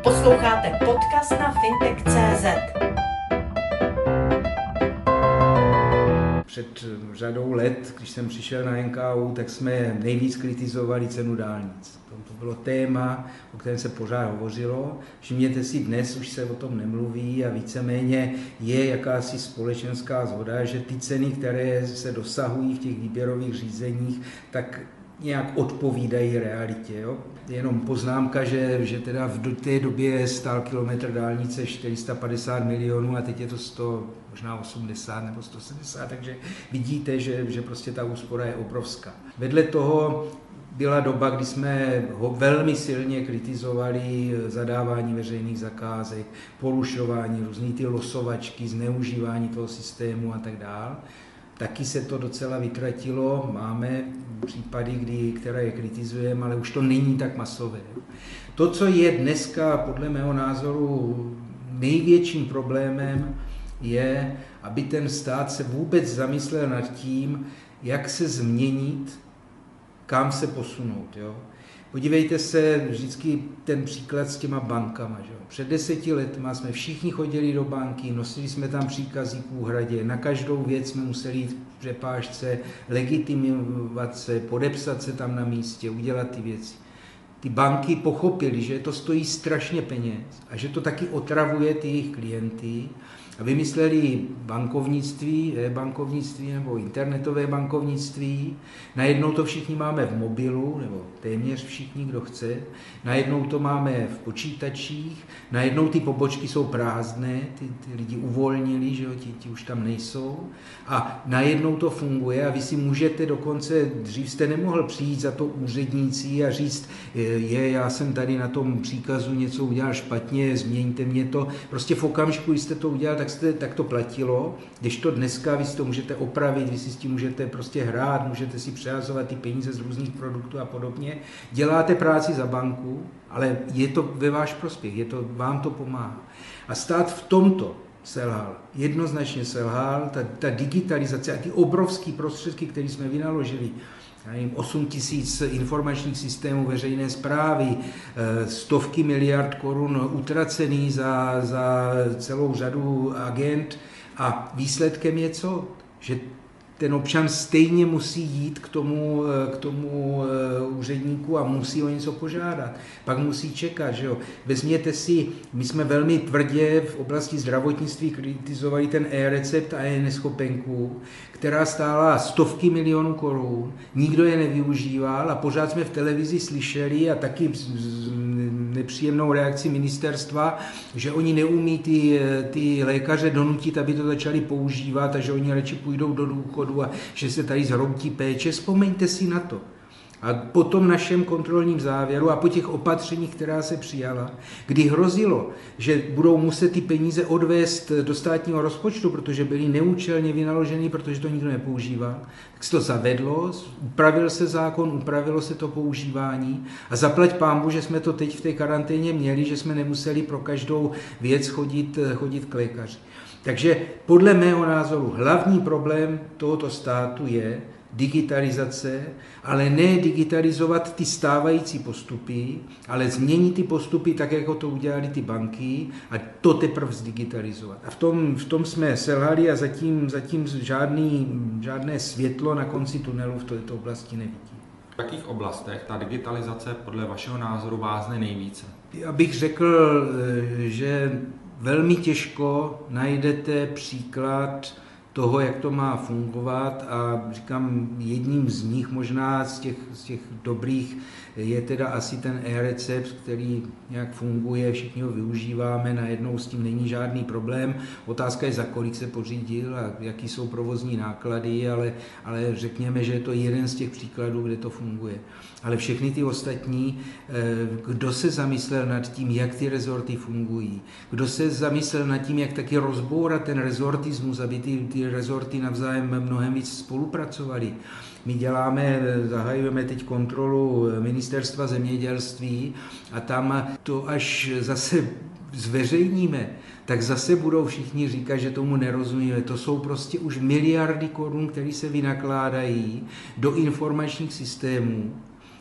Posloucháte podcast na fintech.cz. Před řadou let, když jsem přišel na NKÚ, tak jsme nejvíc kritizovali cenu dálnic. To bylo téma, o kterém se pořád hovořilo. Všimněte si, dnes už se o tom nemluví a víceméně je jakási společenská shoda, že ty ceny, které se dosahují v těch výběrových řízeních, tak nějak odpovídají realitě. Jo? Jenom poznámka, že teda v té době stál kilometr dálnice 450 milionů a teď je to 100, možná 80 nebo 170, takže vidíte, že prostě ta úspora je obrovská. Vedle toho byla doba, kdy jsme ho velmi silně kritizovali zadávání veřejných zakázek, porušování, různý ty losovačky, zneužívání toho systému a tak dále. Taky se to docela vytratilo, máme případy, které je kritizujeme, ale už to není tak masové. To, co je dneska podle mého názoru největším problémem, je, aby ten stát se vůbec zamyslel nad tím, jak se změnit, kam se posunout. Jo? Podívejte se, vždycky ten příklad s těma bankama. Že? Před 10 lety jsme všichni chodili do banky, nosili jsme tam příkazy k úhradě, na každou věc jsme museli jít v přepážce, legitimovat se, podepsat se tam na místě, udělat ty věci. Ty banky pochopily, že to stojí strašně peněz a že to taky otravuje ty jejich klienty a vymysleli bankovnictví, e-bankovnictví nebo internetové bankovnictví. Najednou to všichni máme v mobilu, nebo téměř všichni, kdo chce. Najednou to máme v počítačích, najednou ty pobočky jsou prázdné, ty lidi uvolnili, že jo, ti už tam nejsou. A najednou to funguje a vy si můžete dokonce, dřív jste nemohl přijít za to úřednící a říct, já jsem tady na tom příkazu něco udělal špatně, změňte mě to. Prostě v okamžiku, když jste to udělal, tak to platilo, když to dneska vy si to můžete opravit, vy si s tím můžete prostě hrát, můžete si přehazovat ty peníze z různých produktů a podobně. Děláte práci za banku, ale je to ve váš prospěch, vám to pomáhá. A stát v tomto selhal, jednoznačně selhal, ta digitalizace a ty obrovské prostředky, které jsme vynaložili, 8 000 informačních systémů veřejné správy, stovky miliard korun utracený za celou řadu agent a výsledkem je co? Že ten občan stejně musí jít k tomu úředníku a musí o něco požádat. Pak musí čekat, že jo. Vezměte si, my jsme velmi tvrdě v oblasti zdravotnictví kritizovali ten e-recept a e-neschopenku, která stála stovky milionů korun, nikdo je nevyužíval a pořád jsme v televizi slyšeli a taky nepříjemnou reakci ministerstva, že oni neumí ty lékaře donutit, aby to začali používat a že oni radši půjdou do důchodu a že se tady zhroutí péče. Vzpomeňte si na to. A po tom našem kontrolním závěru a po těch opatřeních, která se přijala, kdy hrozilo, že budou muset ty peníze odvést do státního rozpočtu, protože byly neúčelně vynaloženy, protože to nikdo nepoužíval, tak se to zavedlo, upravil se zákon, upravilo se to používání a zaplať pánbu, že jsme to teď v té karanténě měli, že jsme nemuseli pro každou věc chodit k lékaři. Takže podle mého názoru hlavní problém tohoto státu je digitalizace, ale ne digitalizovat ty stávající postupy, ale změnit ty postupy tak, jako to udělali ty banky a to teprve zdigitalizovat. A v tom jsme selhali a zatím žádné světlo na konci tunelu v této oblasti nevidím. V jakých oblastech ta digitalizace podle vašeho názoru vázne nejvíce? Já bych řekl, že velmi těžko najdete příklad toho, jak to má fungovat a říkám, jedním z nich možná z těch dobrých je teda asi ten e-recept, který nějak funguje, všichni ho využíváme, najednou s tím není žádný problém. Otázka je, za kolik se pořídil a jaký jsou provozní náklady, ale řekněme, že je to jeden z těch příkladů, kde to funguje. Ale všechny ty ostatní, kdo se zamyslel nad tím, jak ty rezorty fungují, kdo se zamyslel nad tím, jak taky rozbourat ten rezortismus, aby ty rezorty navzájem mnohem víc spolupracovaly. My zahajujeme teď kontrolu ministerstva zemědělství a tam to až zase zveřejníme, tak zase budou všichni říkat, že tomu nerozumíme. To jsou prostě už miliardy korun, které se vynakládají do informačních systémů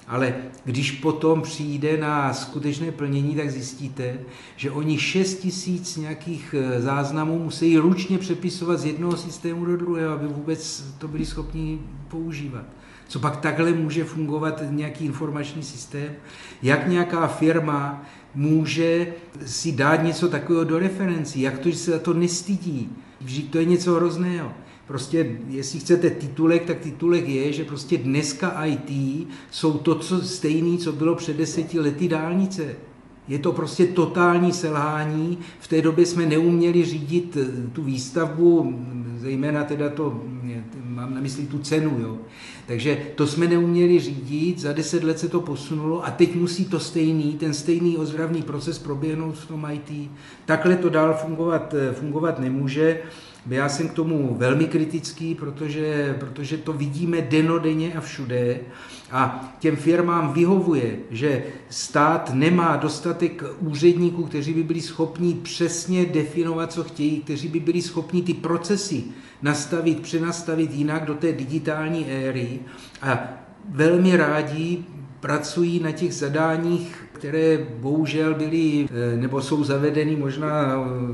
Ale když potom přijde na skutečné plnění, tak zjistíte, že oni 6 000 nějakých záznamů musí ručně přepisovat z jednoho systému do druhého, aby vůbec to byli schopni používat. Co pak takhle může fungovat nějaký informační systém? Jak nějaká firma může si dát něco takového do referencí? Jak to, že se za to nestydí? Vždyť to je něco hrozného. Prostě, jestli chcete titulek, tak titulek je, že prostě dneska IT jsou to, co stejný, co bylo před 10 lety dálnice. Je to prostě totální selhání. V té době jsme neuměli řídit tu výstavbu, zejména teda to, mám na mysli tu cenu, jo. Takže to jsme neuměli řídit, za 10 let se to posunulo a teď musí to ten stejný ozdravný proces proběhnout v tom IT. Takhle to dál fungovat nemůže. Já jsem k tomu velmi kritický, protože to vidíme dennodenně a všude a těm firmám vyhovuje, že stát nemá dostatek úředníků, kteří by byli schopni přesně definovat, co chtějí, kteří by byli schopni ty procesy přenastavit jinak do té digitální éry a velmi rádi pracují na těch zadáních, které bohužel byly nebo jsou zavedeny možná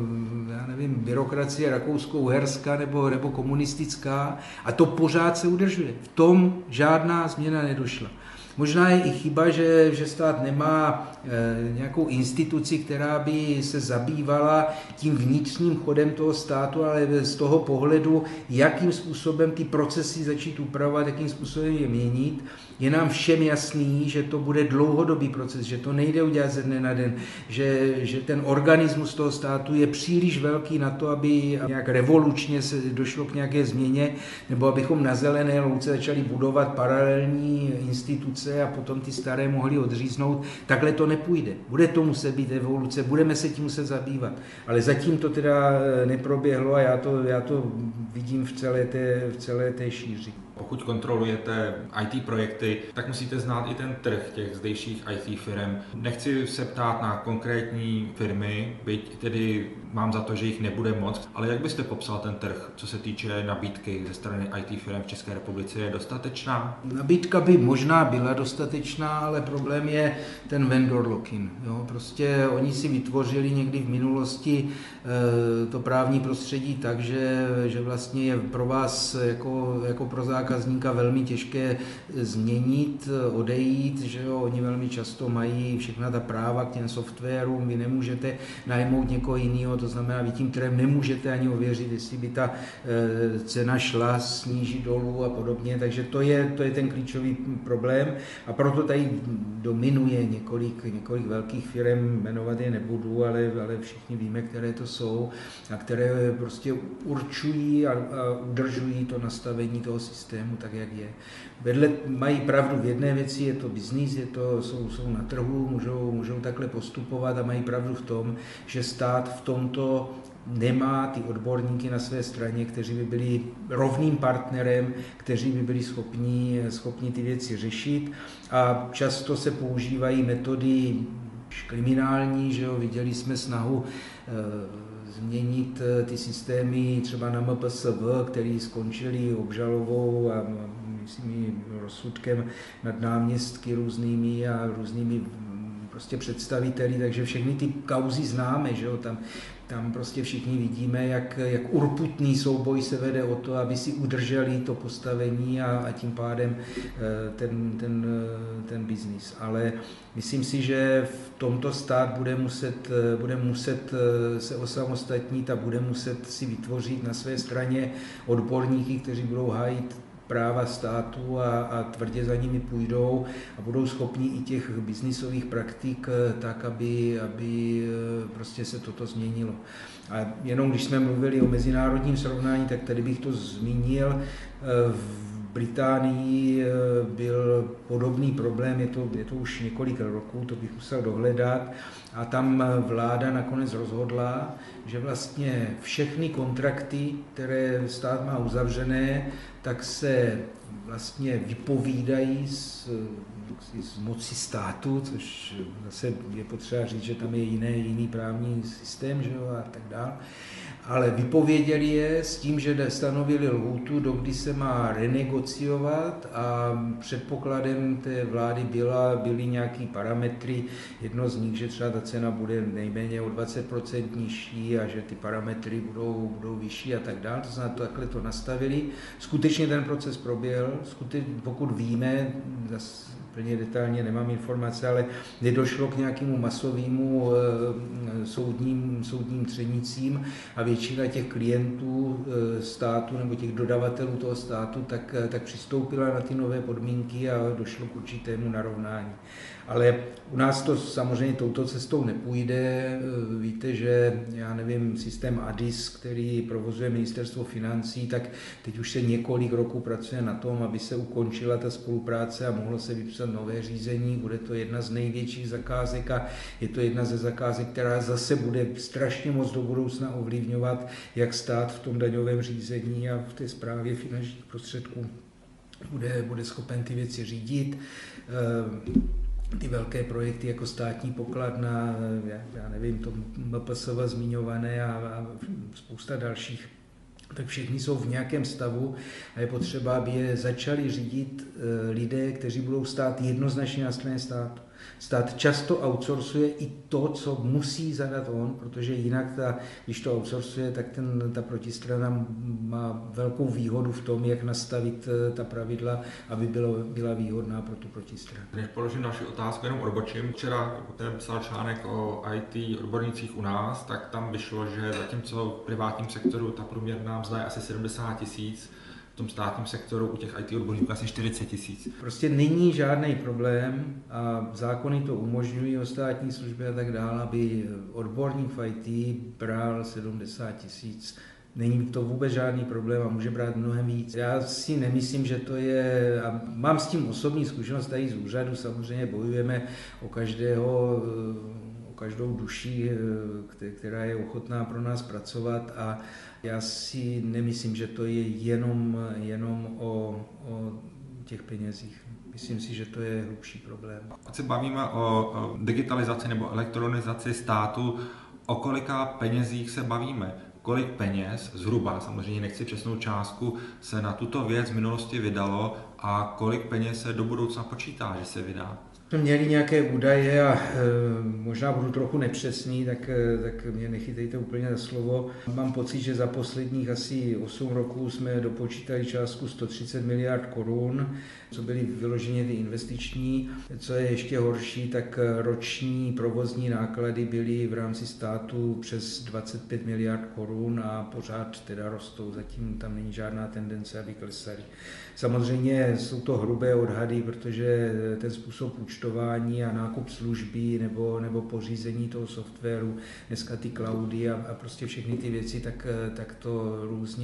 byrokracie rakousko-uherská nebo komunistická a to pořád se udržuje. V tom žádná změna nedošla. Možná je i chyba, že stát nemá nějakou instituci, která by se zabývala tím vnitřním chodem toho státu, ale z toho pohledu, jakým způsobem ty procesy začít upravovat, jakým způsobem je měnit. Je nám všem jasný, že to bude dlouhodobý proces, že to nejde udělat ze dne na den, že ten organismus toho státu je příliš velký na to, aby nějak revolučně se došlo k nějaké změně, nebo abychom na zelené louce začali budovat paralelní instituce a potom ty staré mohli odříznout. Takhle to nepůjde. Bude to muset být evoluce, budeme se tím muset zabývat. Ale zatím to teda neproběhlo a já to vidím v celé té šíři. Pokud kontrolujete IT projekty, tak musíte znát i ten trh těch zdejších IT firm. Nechci se ptát na konkrétní firmy, byť tedy mám za to, že jich nebude moc, ale jak byste popsal ten trh, co se týče nabídky ze strany IT firm v České republice, je dostatečná? Nabídka by možná byla dostatečná, ale problém je ten vendor lock-in. Jo? Prostě oni si vytvořili někdy v minulosti to právní prostředí tak, že vlastně je pro vás jako pro zákazníka velmi těžké změnit, odejít, že jo? Oni velmi často mají všechna ta práva k těm softwarům, vy nemůžete najmout někoho jiného, to znamená, vy tím trhem nemůžete ani ověřit, jestli by ta cena šla snížit dolů a podobně, takže to je ten klíčový problém a proto tady dominuje několik velkých firm, jmenovat je nebudu, ale všichni víme, které to jsou a které prostě určují a udržují to nastavení toho systému tak, jak je. Vedle mají pravdu v jedné věci, je to biznis, jsou na trhu, můžou takhle postupovat a mají pravdu v tom, že stát v tomto nemá ty odborníky na své straně, kteří by byli rovným partnerem, kteří by byli schopni ty věci řešit a často se používají metody kriminální, že jo, viděli jsme snahu změnit ty systémy třeba na MPSV, které skončily obžalovou a myslím rozsudkem nad náměstky různými prostě představiteli, takže všechny ty kauzy známe, že jo, tam prostě všichni vidíme, jak urputný souboj se vede o to, aby si udrželi to postavení a tím pádem ten biznis. Ale myslím si, že v tomto stát bude muset se osamostatnit a bude muset si vytvořit na své straně odborníky, kteří budou hájit práva státu a tvrdě za nimi půjdou a budou schopni i těch biznisových praktik tak, aby prostě se toto změnilo. A jenom když jsme mluvili o mezinárodním srovnání, tak tady bych to zmínil. V Británii byl podobný problém, je to už několik roků, to bych musel dohledat, a tam vláda nakonec rozhodla, že vlastně všechny kontrakty, které stát má uzavřené, tak se vlastně vypovídají z moci státu, což zase je potřeba říct, že tam je jiný právní systém, že jo, a tak dále. ale vypověděli je s tím, že stanovili lhůtu, dokdy se má renegociovat a předpokladem té vlády byly nějaký parametry, jedno z nich, že třeba ta cena bude nejméně o 20% nižší a že ty parametry budou vyšší a tak dále, to znamená, takhle to nastavili. Skutečně ten proces proběhl, pokud víme, úplně detailně nemám informace, ale nedošlo k nějakému masovému soudním třenicím a většina těch klientů státu nebo těch dodavatelů toho státu tak přistoupila na ty nové podmínky a došlo k určitému narovnání. Ale u nás to samozřejmě touto cestou nepůjde. Víte, že já nevím, systém ADIS, který provozuje Ministerstvo financí, tak teď už se několik roků pracuje na tom, aby se ukončila ta spolupráce a mohlo se vypsat nové řízení. Bude to jedna z největších zakázek a je to jedna ze zakázek, která zase bude strašně moc do budoucna ovlivňovat, jak stát v tom daňovém řízení a v té správě finančních prostředků bude schopen ty věci řídit. Ty velké projekty jako státní pokladna, já nevím, to MPSV zmiňované a spousta dalších, tak všichni jsou v nějakém stavu a je potřeba, aby je začali řídit lidé, kteří budou stát jednoznačně na straně státu. Stát často outsourcuje i to, co musí zadat on, protože jinak, když to outsourcuje, tak ta protistrana má velkou výhodu v tom, jak nastavit ta pravidla, aby byla výhodná pro tu protistranu. Než položím další otázku, jenom odbočím. Včera jsem psal článek o IT odbornících u nás, tak tam vyšlo, že zatímco v privátním sektoru ta průměrná mzda je asi 70 000, v tom státním sektoru u těch IT odborníků asi 40 000. Prostě není žádný problém a zákony to umožňují o státní službě a tak dále, aby odborník v IT bral 70 000. Není to vůbec žádný problém a může brát mnohem víc. Já si nemyslím, že to je, a mám s tím osobní zkušenost tady z úřadu, samozřejmě bojujeme o každou duši, která je ochotná pro nás pracovat a já si nemyslím, že to je jenom o těch penězích. Myslím si, že to je hlubší problém. Ať se bavíme o digitalizaci nebo elektronizaci státu, o kolika penězích se bavíme? Kolik peněz, zhruba, samozřejmě nechci přesnou částku, se na tuto věc v minulosti vydalo a kolik peněz se do budoucna počítá, že se vydá? Jsme měli nějaké údaje a možná budu trochu nepřesný, tak mě nechytejte úplně za slovo. Mám pocit, že za posledních asi 8 roků jsme dopočítali částku 130 miliard korun, co byly vyloženě ty investiční. Co je ještě horší, tak roční provozní náklady byly v rámci státu přes 25 miliard korun a pořád teda rostou. Zatím tam není žádná tendence, aby klesaly. Samozřejmě jsou to hrubé odhady, protože ten způsob účtování a nákup služby nebo pořízení toho softwaru, dneska ty cloudy a prostě všechny ty věci, tak to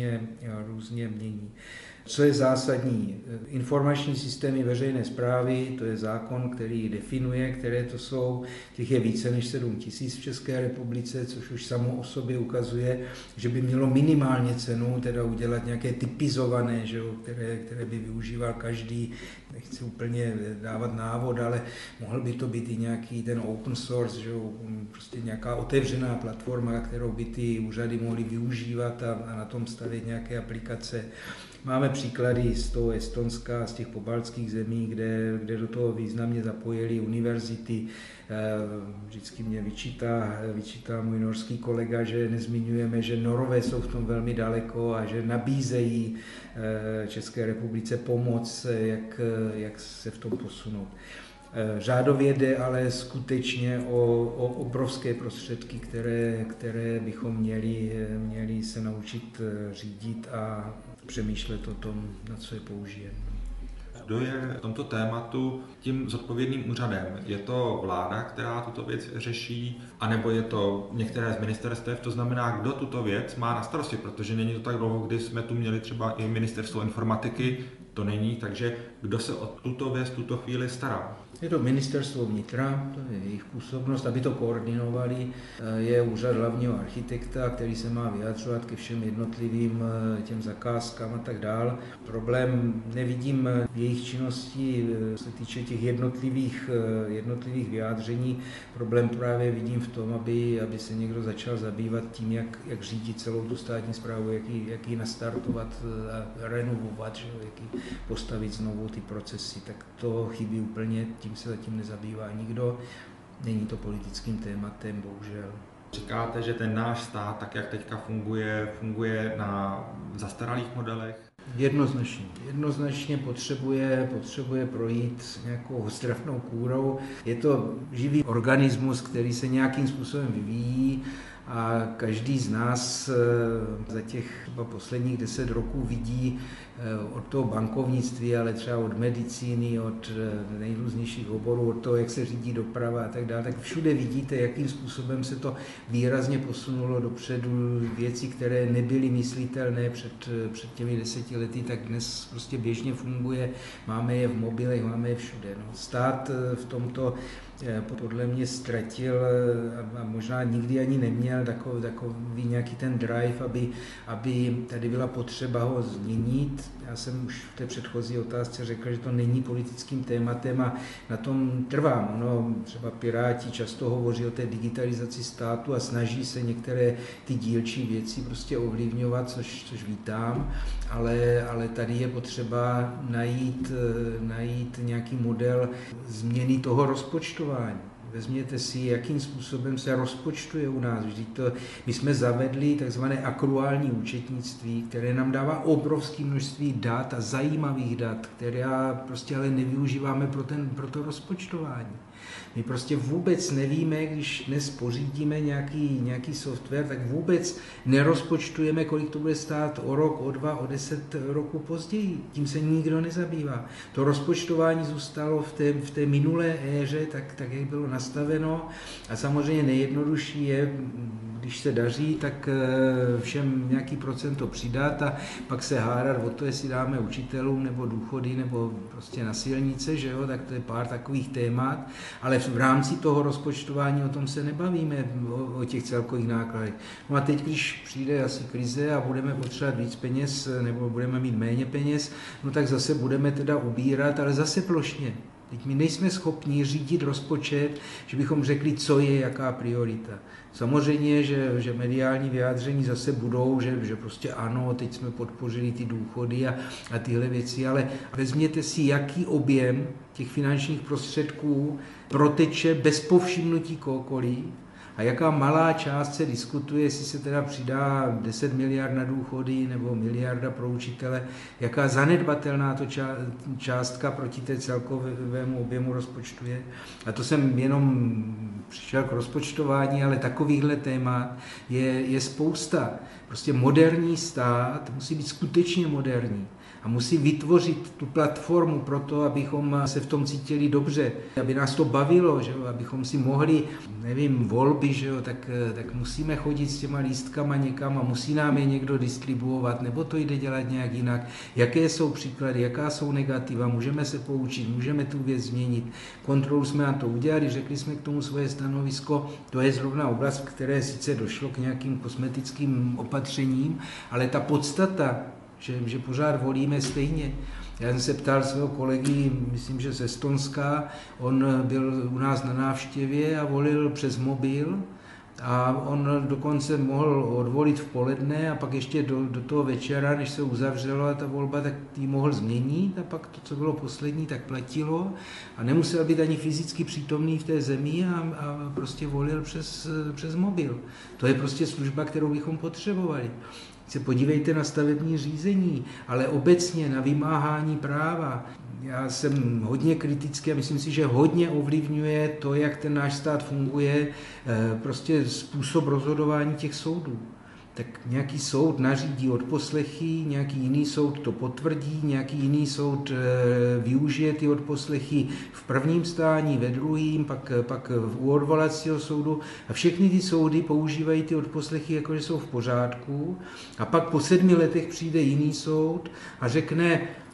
různě mění. Co je zásadní? Informační systémy veřejné správy, to je zákon, který definuje, které to jsou. Těch je více než 7 000 v České republice, což už samo o sobě ukazuje, že by mělo minimálně cenu teda udělat nějaké typizované, že jo, které by využíval každý. Nechci úplně dávat návod, ale mohl by to být i nějaký ten open source, že jo, prostě nějaká otevřená platforma, kterou by ty úřady mohly využívat a na tom stavět nějaké aplikace. Máme příklady z toho Estonska, z těch pobaltských zemí, kde do toho významně zapojili univerzity. Vždycky mě vyčítá můj norský kolega, že nezmiňujeme, že Norové jsou v tom velmi daleko a že nabízejí České republice pomoc, jak se v tom posunout. Řádově jde ale skutečně o obrovské prostředky, které bychom měli se naučit řídit a přemýšlet o tom, na co je použijeme. Kdo je v tomto tématu tím zodpovědným úřadem? Je to vláda, která tuto věc řeší, anebo je to některé z ministerstev? To znamená, kdo tuto věc má na starosti, protože není to tak dlouho, kdy jsme tu měli třeba i ministerstvo informatiky, to není, takže kdo se o tuto věc tuto chvíli stará? Je to ministerstvo vnitra, to je jejich působnost, aby to koordinovali. Je úřad hlavního architekta, který se má vyjadřovat ke všem jednotlivým těm zakázkám a tak dál. Problém nevidím v jejich činnosti, co se týče těch jednotlivých vyjádření. Problém právě vidím v tom, aby se někdo začal zabývat tím, jak řídit celou tu státní správu, jak ji nastartovat a renovovat, jak ji postavit znovu ty procesy. Tak to chybí úplně, tím se zatím nezabývá nikdo. Není to politickým tématem, bohužel. Říkáte, že ten náš stát, tak jak teďka funguje na zastaralých modelech? Jednoznačně potřebuje projít nějakou ozdravnou kůrou. Je to živý organismus, který se nějakým způsobem vyvíjí a každý z nás za těch posledních 10 roků vidí od toho bankovnictví, ale třeba od medicíny, od nejrůznějších oborů, od toho, jak se řídí doprava a tak dále, tak všude vidíte, jakým způsobem se to výrazně posunulo dopředu. Věci, které nebyly myslitelné před těmi 10 lety, tak dnes prostě běžně funguje. Máme je v mobilech, máme je všude. No, stát v tomto podle mě ztratil a možná nikdy ani neměl takový nějaký ten drive, aby tady byla potřeba ho změnit. Já jsem už v té předchozí otázce řekl, že to není politickým tématem a na tom trvám. Ono, třeba Piráti často hovoří o té digitalizaci státu a snaží se některé ty dílčí věci prostě ovlivňovat, což vítám, ale tady je potřeba najít nějaký model změny toho rozpočtování. Vezměte si, jakým způsobem se rozpočtuje u nás. My jsme zavedli takzvané akruální účetnictví, které nám dává obrovské množství dat a zajímavých dat, které prostě ale nevyužíváme pro to rozpočtování. My prostě vůbec nevíme, když dnes pořídíme nějaký software, tak vůbec nerozpočtujeme, kolik to bude stát o rok, o 2, o 10 roků později. Tím se nikdo nezabývá. To rozpočtování zůstalo v té minulé éře, tak jak bylo nastaveno. A samozřejmě nejjednodušší je, když se daří, tak všem nějaký procento přidat a pak se hádat o to, jestli dáme učitelům nebo důchody nebo prostě na silnice, že jo, tak to je pár takových témat, ale v rámci toho rozpočtování o tom se nebavíme, o těch celkových nákladech. No a teď, když přijde asi krize a budeme potřebovat víc peněz nebo budeme mít méně peněz, no tak zase budeme teda ubírat, ale zase plošně. Teď my nejsme schopni řídit rozpočet, že bychom řekli, co je jaká priorita. Samozřejmě, že mediální vyjádření zase budou, že prostě ano, teď jsme podpořili ty důchody a tyhle věci, ale vezměte si, jaký objem těch finančních prostředků proteče bez povšimnutí kohokoliv a jaká malá část se diskutuje, jestli se teda přidá 10 miliard na důchody nebo miliarda pro učitele, jaká zanedbatelná to částka proti té celkovému objemu rozpočtu je. A to jsem jenom přišel k rozpočtování, ale takovýchhle témat je spousta. Prostě moderní stát musí být skutečně moderní. A musí vytvořit tu platformu pro to, abychom se v tom cítili dobře, aby nás to bavilo, že jo? Abychom si mohli, volby, že jo? Tak musíme chodit s těma lístkama někam a musí nám je někdo distribuovat, nebo to jde dělat nějak jinak. Jaké jsou příklady, jaká jsou negativa, můžeme se poučit, můžeme tu věc změnit. Kontrolu jsme na to udělali, řekli jsme k tomu svoje stanovisko, to je zrovna oblast, v které sice došlo k nějakým kosmetickým opatřením, ale ta podstata, že pořád volíme stejně. Já jsem se ptal svého kolegy, myslím, že z Estonska, on byl u nás na návštěvě a volil přes mobil a on dokonce mohl odvolit v poledne a pak ještě do toho večera, než se uzavřela ta volba, tak ji mohl změnit a pak to, co bylo poslední, tak platilo a nemusel být ani fyzicky přítomný v té zemi a prostě volil přes mobil. To je prostě služba, kterou bychom potřebovali. Se podívejte na stavební řízení, ale obecně na vymáhání práva. Já jsem hodně kritický a myslím si, že hodně ovlivňuje to, jak ten náš stát funguje, prostě způsob rozhodování těch soudů. Tak nějaký soud nařídí odposlechy, nějaký jiný soud to potvrdí, nějaký jiný soud využije ty odposlechy v prvním stání, ve druhém, pak u odvolacího soudu a všechny ty soudy používají ty odposlechy jako, že jsou v pořádku a pak po 7 letech přijde jiný soud a řekne,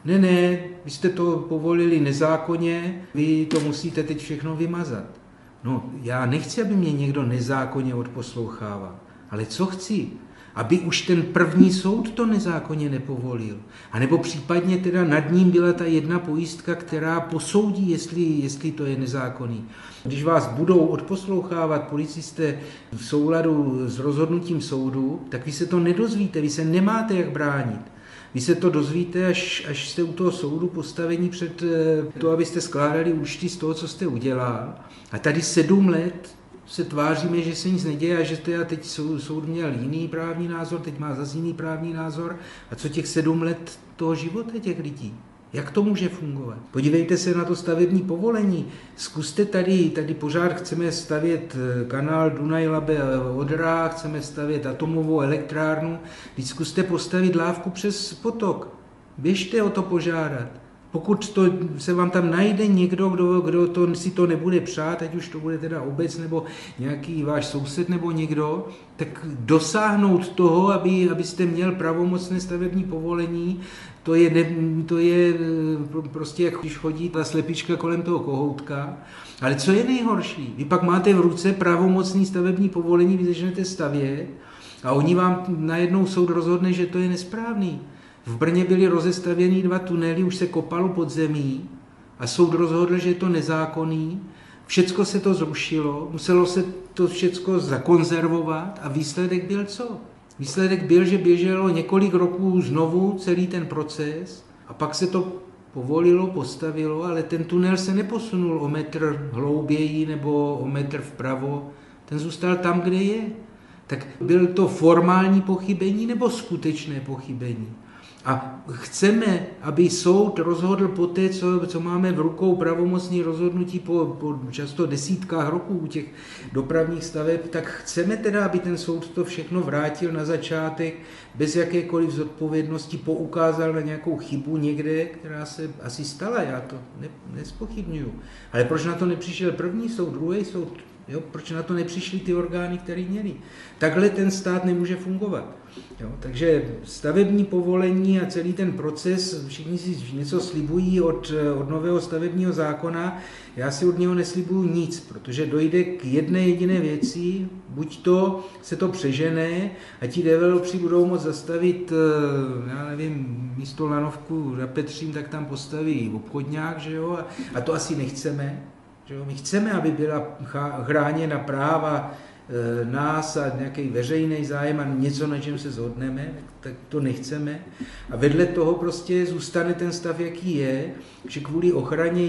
Ne, vy jste to povolili nezákonně, vy to musíte teď všechno vymazat. No, já nechci, aby mě někdo nezákonně odposlouchával, ale co chci? Aby už ten první soud to nezákonně nepovolil. A nebo případně teda nad ním byla ta jedna pojistka, která posoudí, jestli to je nezákonný. Když vás budou odposlouchávat policisté v souladu s rozhodnutím soudu, tak vy se to nedozvíte, vy se nemáte jak bránit. Vy se to dozvíte, až jste u toho soudu postavení před to, abyste skládali účty z toho, co jste udělal. A tady 7 let se tváříme, že se nic neděje a že teda teď soud měl jiný právní názor, teď má zase jiný právní názor. A co těch 7 let toho života těch lidí? Jak to může fungovat? Podívejte se na to stavební povolení. Zkuste tady pořád chceme stavět kanál Dunaj-Labe-Odra, chceme stavět atomovou elektrárnu. Teď zkuste postavit lávku přes potok. Běžte o to požádat. Pokud se vám tam najde někdo, kdo si to nebude přát, ať už to bude teda obec nebo nějaký váš soused nebo někdo, tak dosáhnout toho, abyste měl pravomocné stavební povolení, to je prostě, jak když chodí ta slepička kolem toho kohoutka. Ale co je nejhorší? Vy pak máte v ruce pravomocný stavební povolení, vy začnete stavět a oni vám najednou soud rozhodne, že to je nesprávný. V Brně byly rozestavěny 2 tunely, už se kopalo pod zemí a soud rozhodl, že je to nezákonný. Všecko se to zrušilo, muselo se to všecko zakonzervovat a výsledek byl co? Výsledek byl, že běželo několik roků znovu celý ten proces a pak se to povolilo, postavilo, ale ten tunel se neposunul o metr hlouběji nebo o metr vpravo, ten zůstal tam, kde je. Tak byl to formální pochybení nebo skutečné pochybení? A chceme, aby soud rozhodl po té, co máme v rukou pravomocné rozhodnutí po často desítkách roků u těch dopravních staveb, tak chceme teda, aby ten soud to všechno vrátil na začátek, bez jakékoliv zodpovědnosti, poukázal na nějakou chybu někde, která se asi stala, já to nezpochybňuju. Ale proč na to nepřišel první soud, druhý soud? Jo, proč na to nepřišly ty orgány, které měly? Takhle ten stát nemůže fungovat. Jo, takže stavební povolení a celý ten proces, všichni si něco slibují od nového stavebního zákona, já si od něho neslibuju nic, protože dojde k jedné jediné věci, buď to se to přežene a ti developři budou moct zastavit, já nevím, místo lanovku na Petřím, tak tam postaví obchodňák, že jo, a to asi nechceme. Že jo? My chceme, aby byla chráněna práva nás a nějaký veřejný zájem a něco, na čem se shodneme, tak to nechceme. A vedle toho prostě zůstane ten stav, jaký je, že kvůli ochraně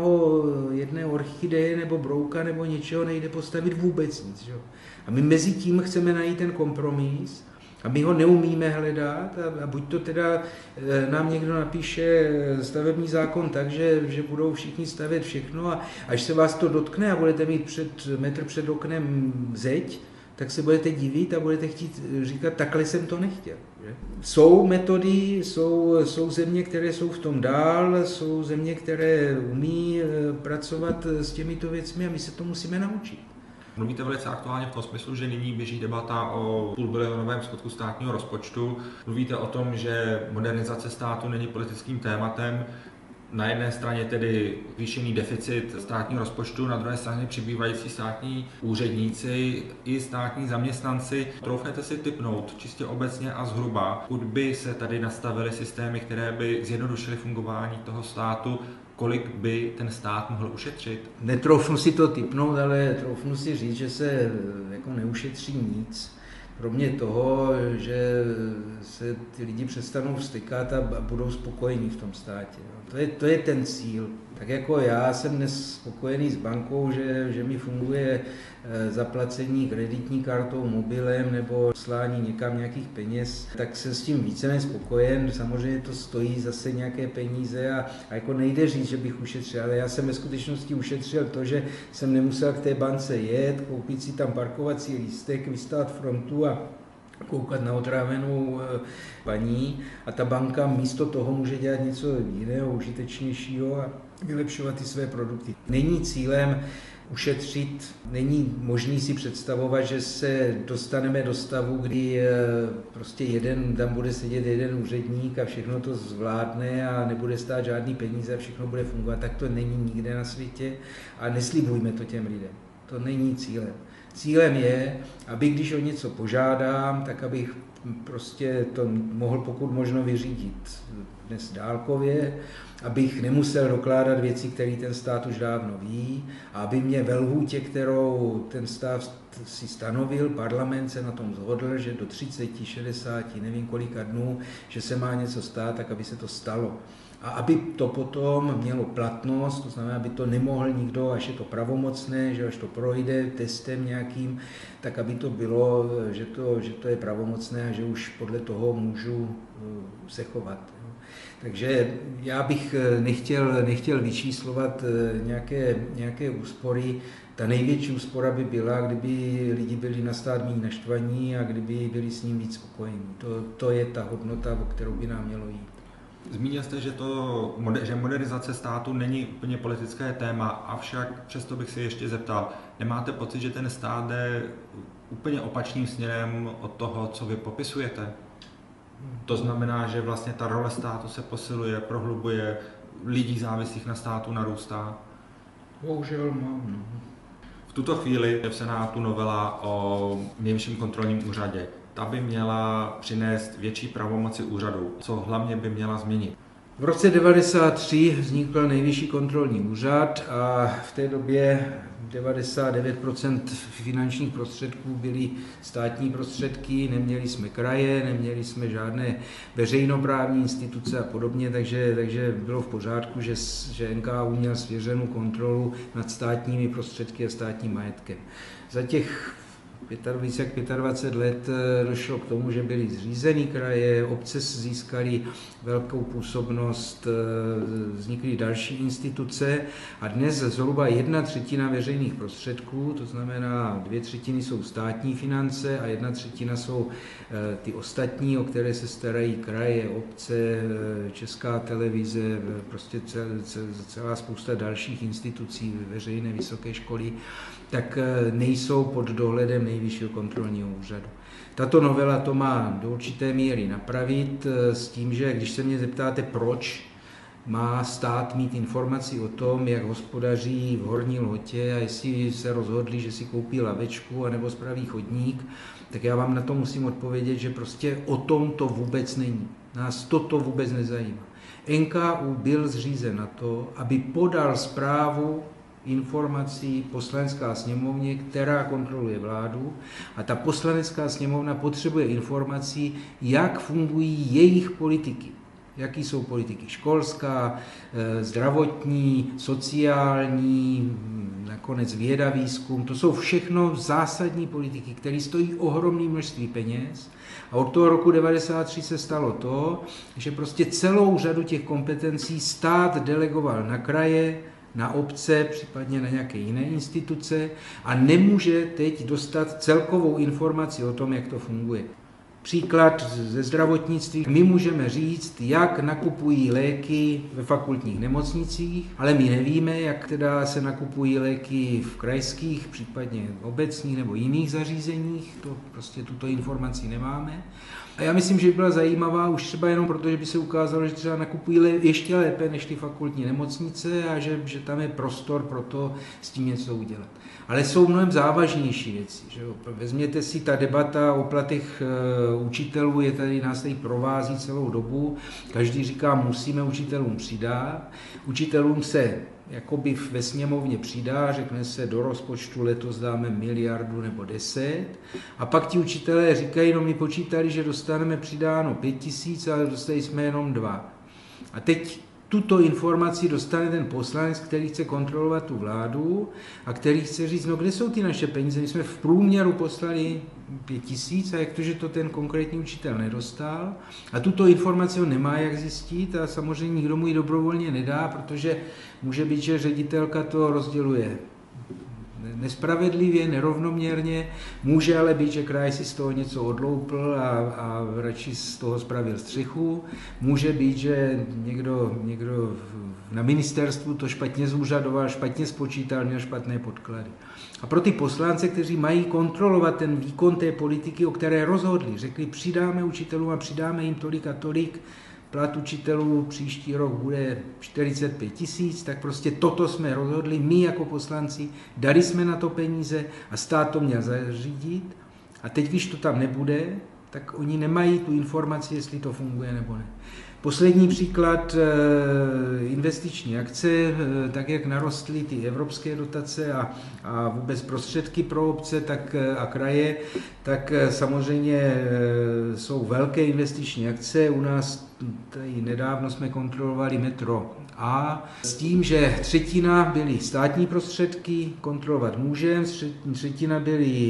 jedné orchideje nebo brouka nebo něčeho nejde postavit vůbec nic. Že? A my mezi tím chceme najít ten kompromis, a my ho neumíme hledat a buď to teda nám někdo napíše stavební zákon tak, že budou všichni stavět všechno a až se vás to dotkne a budete mít metr před oknem zeď, tak se budete divit a budete chtít říkat, takhle jsem to nechtěl. Že? Jsou metody, jsou země, které jsou v tom dál, jsou země, které umí pracovat s těmito věcmi a my se to musíme naučit. Mluvíte velice aktuálně v tom smyslu, že nyní běží debata o půlbilionovém schodku státního rozpočtu. Mluvíte o tom, že modernizace státu není politickým tématem. Na jedné straně tedy zvýšený deficit státního rozpočtu, na druhé straně přibývající státní úředníci i státní zaměstnanci. Troufnete si tipnout čistě obecně a zhruba, pokud by se tady nastavily systémy, které by zjednodušily fungování toho státu, kolik by ten stát mohl ušetřit? Netroufnu si to tipnout, ale troufnu si říct, že se jako neušetří nic. Kromě toho, že se ty lidi přestanou vztykat a budou spokojení v tom státě. To je ten cíl. Tak jako já jsem dnes spokojený s bankou, že mi funguje zaplacení kreditní kartou, mobilem nebo slání někam nějakých peněz, tak jsem s tím více spokojen. Samozřejmě to stojí zase nějaké peníze a jako nejde říct, že bych ušetřil, ale já jsem ve skutečnosti ušetřil to, že jsem nemusel k té bance jet, koupit si tam parkovací lístek, vystát frontu a koukat na otrávenou paní a ta banka místo toho může dělat něco jiného, užitečnějšího a vylepšovat ty své produkty. Není cílem ušetřit. Není možný si představovat, že se dostaneme do stavu, kdy prostě tam bude sedět jeden úředník a všechno to zvládne a nebude stát žádný peníze a všechno bude fungovat. Tak to není nikde na světě a neslibujme to těm lidem. To není cílem. Cílem je, aby když o něco požádám, tak abych prostě to mohl pokud možno vyřídit dnes dálkově, abych nemusel dokládat věci, které ten stát už dávno ví, a aby mě ve lhůtě, kterou ten stát si stanovil, parlament se na tom shodl, že do 30, 60, nevím kolika dnů, že se má něco stát, tak aby se to stalo. A aby to potom mělo platnost, to znamená, aby to nemohl nikdo, až je to pravomocné, že až to projde testem nějakým, tak aby to bylo, že to je pravomocné a že už podle toho můžu se chovat. Takže já bych nechtěl vyčíslovat nějaké úspory. Ta největší úspora by byla, kdyby lidi byli na stát méně naštvaní a kdyby byli s ním víc spokojení. To je ta hodnota, o kterou by nám mělo jít. Zmínil jste, že modernizace státu není úplně politické téma, avšak přesto bych se ještě zeptal, nemáte pocit, že ten stát jde úplně opačným směrem od toho, co vy popisujete? To znamená, že vlastně ta role státu se posiluje, prohlubuje, lidí závislých na státu narůstá? Bohužel mám. V tuto chvíli je v Senátu novela o Nejvyšším kontrolním úřadě. Ta by měla přinést větší pravomoci úřadu. Co hlavně by měla změnit? V roce 1993 vznikl Nejvyšší kontrolní úřad a v té době 99% finančních prostředků byly státní prostředky, neměli jsme kraje, neměli jsme žádné veřejnoprávní instituce a podobně, takže bylo v pořádku, že NKÚ měl svěřenou kontrolu nad státními prostředky a státním majetkem. Za těch více jak 25 let došlo k tomu, že byly zřízeny kraje, obce získaly velkou působnost, vznikly další instituce a dnes zhruba 1/3 veřejných prostředků, to znamená 2/3 jsou státní finance a 1/3 jsou ty ostatní, o které se starají kraje, obce, Česká televize, prostě celá spousta dalších institucí, veřejné vysoké školy, tak nejsou pod dohledem Nejvyššího kontrolního úřadu. Tato novela to má do určité míry napravit s tím, že když se mě zeptáte, proč má stát mít informaci o tom, jak hospodaří v Horní Lhotě a jestli se rozhodli, že si koupí lavečku anebo spraví chodník, tak já vám na to musím odpovědět, že prostě o tom to vůbec není. Nás toto vůbec nezajímá. NKÚ byl zřízen na to, aby podal zprávu informací Poslanecká sněmovně, která kontroluje vládu, a ta Poslanecká sněmovna potřebuje informací, jak fungují jejich politiky. Jaký jsou politiky školská, zdravotní, sociální, nakonec věda, výzkum. To jsou všechno zásadní politiky, které stojí ohromné množství peněz. A od toho roku 1993 se stalo to, že prostě celou řadu těch kompetencí stát delegoval na kraje, na obce, případně na nějaké jiné instituce a nemůže teď dostat celkovou informaci o tom, jak to funguje. Příklad ze zdravotnictví. My můžeme říct, jak nakupují léky ve fakultních nemocnicích, ale my nevíme, jak teda se nakupují léky v krajských, případně obecních nebo jiných zařízeních. To prostě tuto informaci nemáme. A já myslím, že by byla zajímavá už třeba jenom proto, že by se ukázalo, že třeba nakupují ještě lépe než ty fakultní nemocnice a že tam je prostor pro to s tím něco udělat. Ale jsou mnohem závažnější věci. Že jo? Vezměte si, ta debata o platech učitelů nás tady provází celou dobu. Každý říká, musíme učitelům přidat. Učitelům se jakoby ve sněmovně přidá, řekne se, do rozpočtu letos dáme 1 miliardu nebo 10. A pak ti učitelé říkají, no my počítali, že dostaneme přidáno 5 000, ale dostali jsme jenom 2. A teď tuto informaci dostane ten poslanec, který chce kontrolovat tu vládu a který chce říct, no kde jsou ty naše peníze, my jsme v průměru poslali 5 000 a jak to, že to ten konkrétní učitel nedostal. A tuto informaci on nemá jak zjistit a samozřejmě nikdo mu ji dobrovolně nedá, protože může být, že ředitelka to rozděluje nespravedlivě, nerovnoměrně. Může ale být, že kraj si z toho něco odloupl a radši z toho spravil střechu. Může být, že někdo na ministerstvu to špatně zúřadoval, špatně spočítal, měl špatné podklady. A pro ty poslance, kteří mají kontrolovat ten výkon té politiky, o které rozhodli, řekli, přidáme učitelům a přidáme jim tolik a tolik, plat učitelů příští rok bude 45 000, tak prostě toto jsme rozhodli, my jako poslanci, dali jsme na to peníze a stát to měl zařídit. A teď, když to tam nebude, tak oni nemají tu informaci, jestli to funguje nebo ne. Poslední příklad, investiční akce, tak jak narostly ty evropské dotace a vůbec prostředky pro obce a kraje, tak samozřejmě jsou velké investiční akce. U nás tady nedávno jsme kontrolovali metro A s tím, že třetina byly státní prostředky, kontrolovat můžeme, třetina byly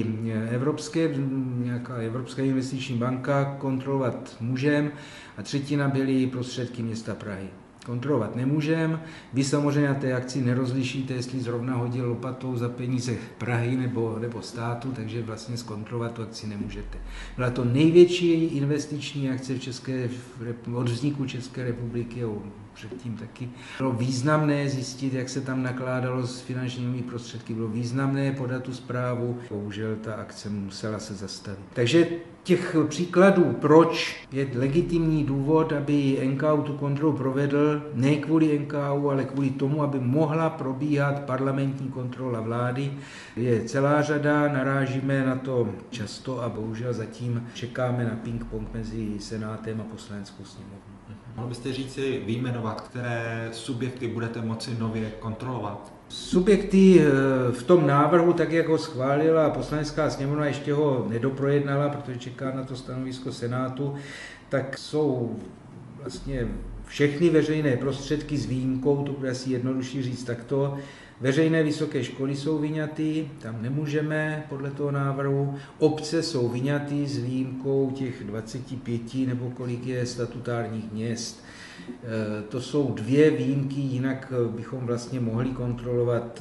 nějaká Evropská investiční banka, kontrolovat můžeme, a třetina byly prostředky města Prahy. Kontrolovat nemůžeme. Vy samozřejmě na té akci nerozlišíte, jestli zrovna hodil lopatou za peníze Prahy nebo státu, takže vlastně zkontrolovat tu akci nemůžete. Byla to největší investiční akce od vzniku České republiky a předtím taky. Bylo významné zjistit, jak se tam nakládalo s finančními prostředky, bylo významné podat tu zprávu. Bohužel ta akce musela se zastavit. Takže těch příkladů, proč je legitimní důvod, aby NKÚ tu kontrolu provedl, ne kvůli NKÚ, ale kvůli tomu, aby mohla probíhat parlamentní kontrola vlády, je celá řada, narážíme na to často a bohužel zatím čekáme na ping-pong mezi Senátem a Poslaneckou sněmovnou. Mohl byste říci, vyjmenovat, které subjekty budete moci nově kontrolovat? Subjekty v tom návrhu, tak jak ho schválila Poslanecká sněmovna, ještě ho nedoprojednala, protože čeká na to stanovisko Senátu, tak jsou vlastně všechny veřejné prostředky s výjimkou, to bude asi jednodušší říct takto. Veřejné vysoké školy jsou vyňaty, tam nemůžeme podle toho návrhu. Obce jsou vyňaty s výjimkou těch 25 nebo kolik je statutárních měst. To jsou dvě výjimky, jinak bychom vlastně mohli kontrolovat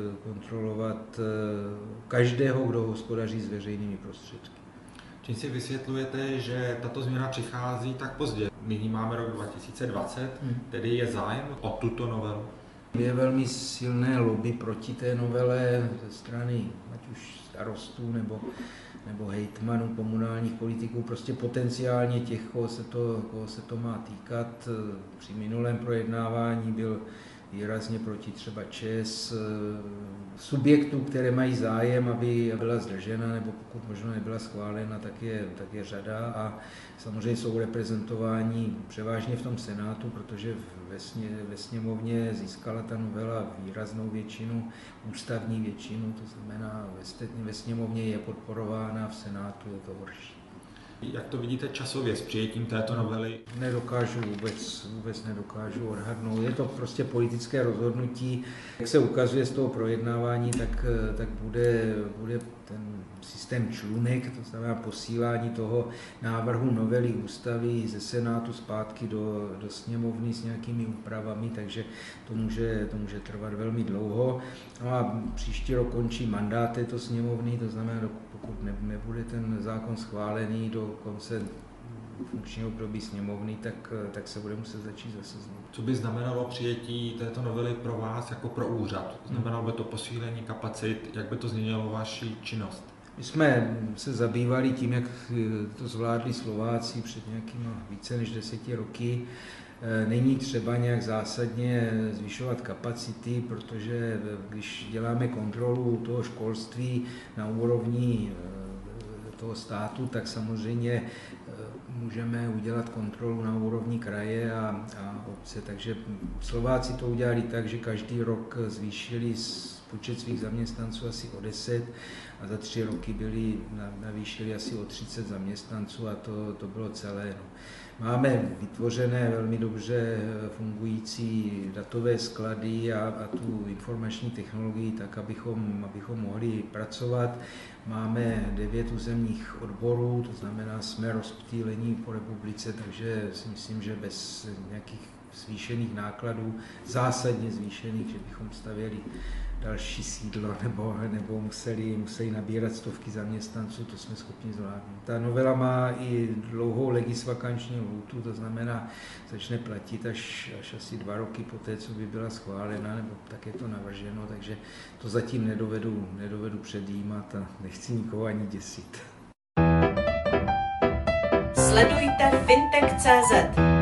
každého, kdo hospodaří s veřejnými prostředky. Čím si vysvětlujete, že tato změna přichází tak pozdě? Nyní máme rok 2020, tedy je zájem o tuto novelu? Je velmi silné lobby proti té novele ze strany ať už starostů nebo hejtmanů, komunálních politiků, prostě potenciálně těch, koho se to má týkat. Při minulém projednávání byl výrazně proti třeba ČES, subjektů, které mají zájem, aby byla zdržena nebo pokud možno nebyla schválena, tak je řada a samozřejmě jsou reprezentováni převážně v tom Senátu, protože ve sněmovně získala ta novela výraznou většinu, ústavní většinu, to znamená ve sněmovně je podporována, v Senátu je to horší. Jak to vidíte časově s přijetím této novely? Nedokážu vůbec nedokážu odhadnout. Je to prostě politické rozhodnutí. Jak se ukazuje z toho projednávání, tak bude ten systém člunek, to znamená posílání toho návrhu novely ústavy ze Senátu zpátky do sněmovny s nějakými úpravami, takže to může trvat velmi dlouho. No a příští rok končí mandát této sněmovny, to znamená, pokud nebude ten zákon schválený do konce funkčního období sněmovny, tak se bude muset začít zase znovu. Co by znamenalo přijetí této novely pro vás jako pro úřad? Znamenalo by to posílení kapacit, jak by to změnilo vaši činnost? My jsme se zabývali tím, jak to zvládli Slováci před nějakými více než 10 roky. Není třeba nějak zásadně zvyšovat kapacity, protože když děláme kontrolu toho školství na úrovni toho státu, tak samozřejmě můžeme udělat kontrolu na úrovni kraje a obce. Takže Slováci to udělali tak, že každý rok zvýšili počet svých zaměstnanců asi o 10 a za 3 roky navýšili asi o 30 zaměstnanců a to bylo celé. No. Máme vytvořené velmi dobře fungující datové sklady a tu informační technologii tak, abychom mohli pracovat. Máme 9 územních odborů, to znamená, jsme rozptýlení po republice, takže si myslím, že bez nějakých zvýšených nákladů, zásadně zvýšených, že bychom stavěli další sídlo nebo museli nabírat stovky zaměstnanců, to jsme schopni zvládnout. Ta novela má i dlouhou legisvakanční lhůtu, to znamená, začne platit až asi 2 roky poté, co by byla schválena, nebo tak je to navrženo, takže to zatím nedovedu předjímat a nechci nikoho ani děsit. Sledujte fintech.cz.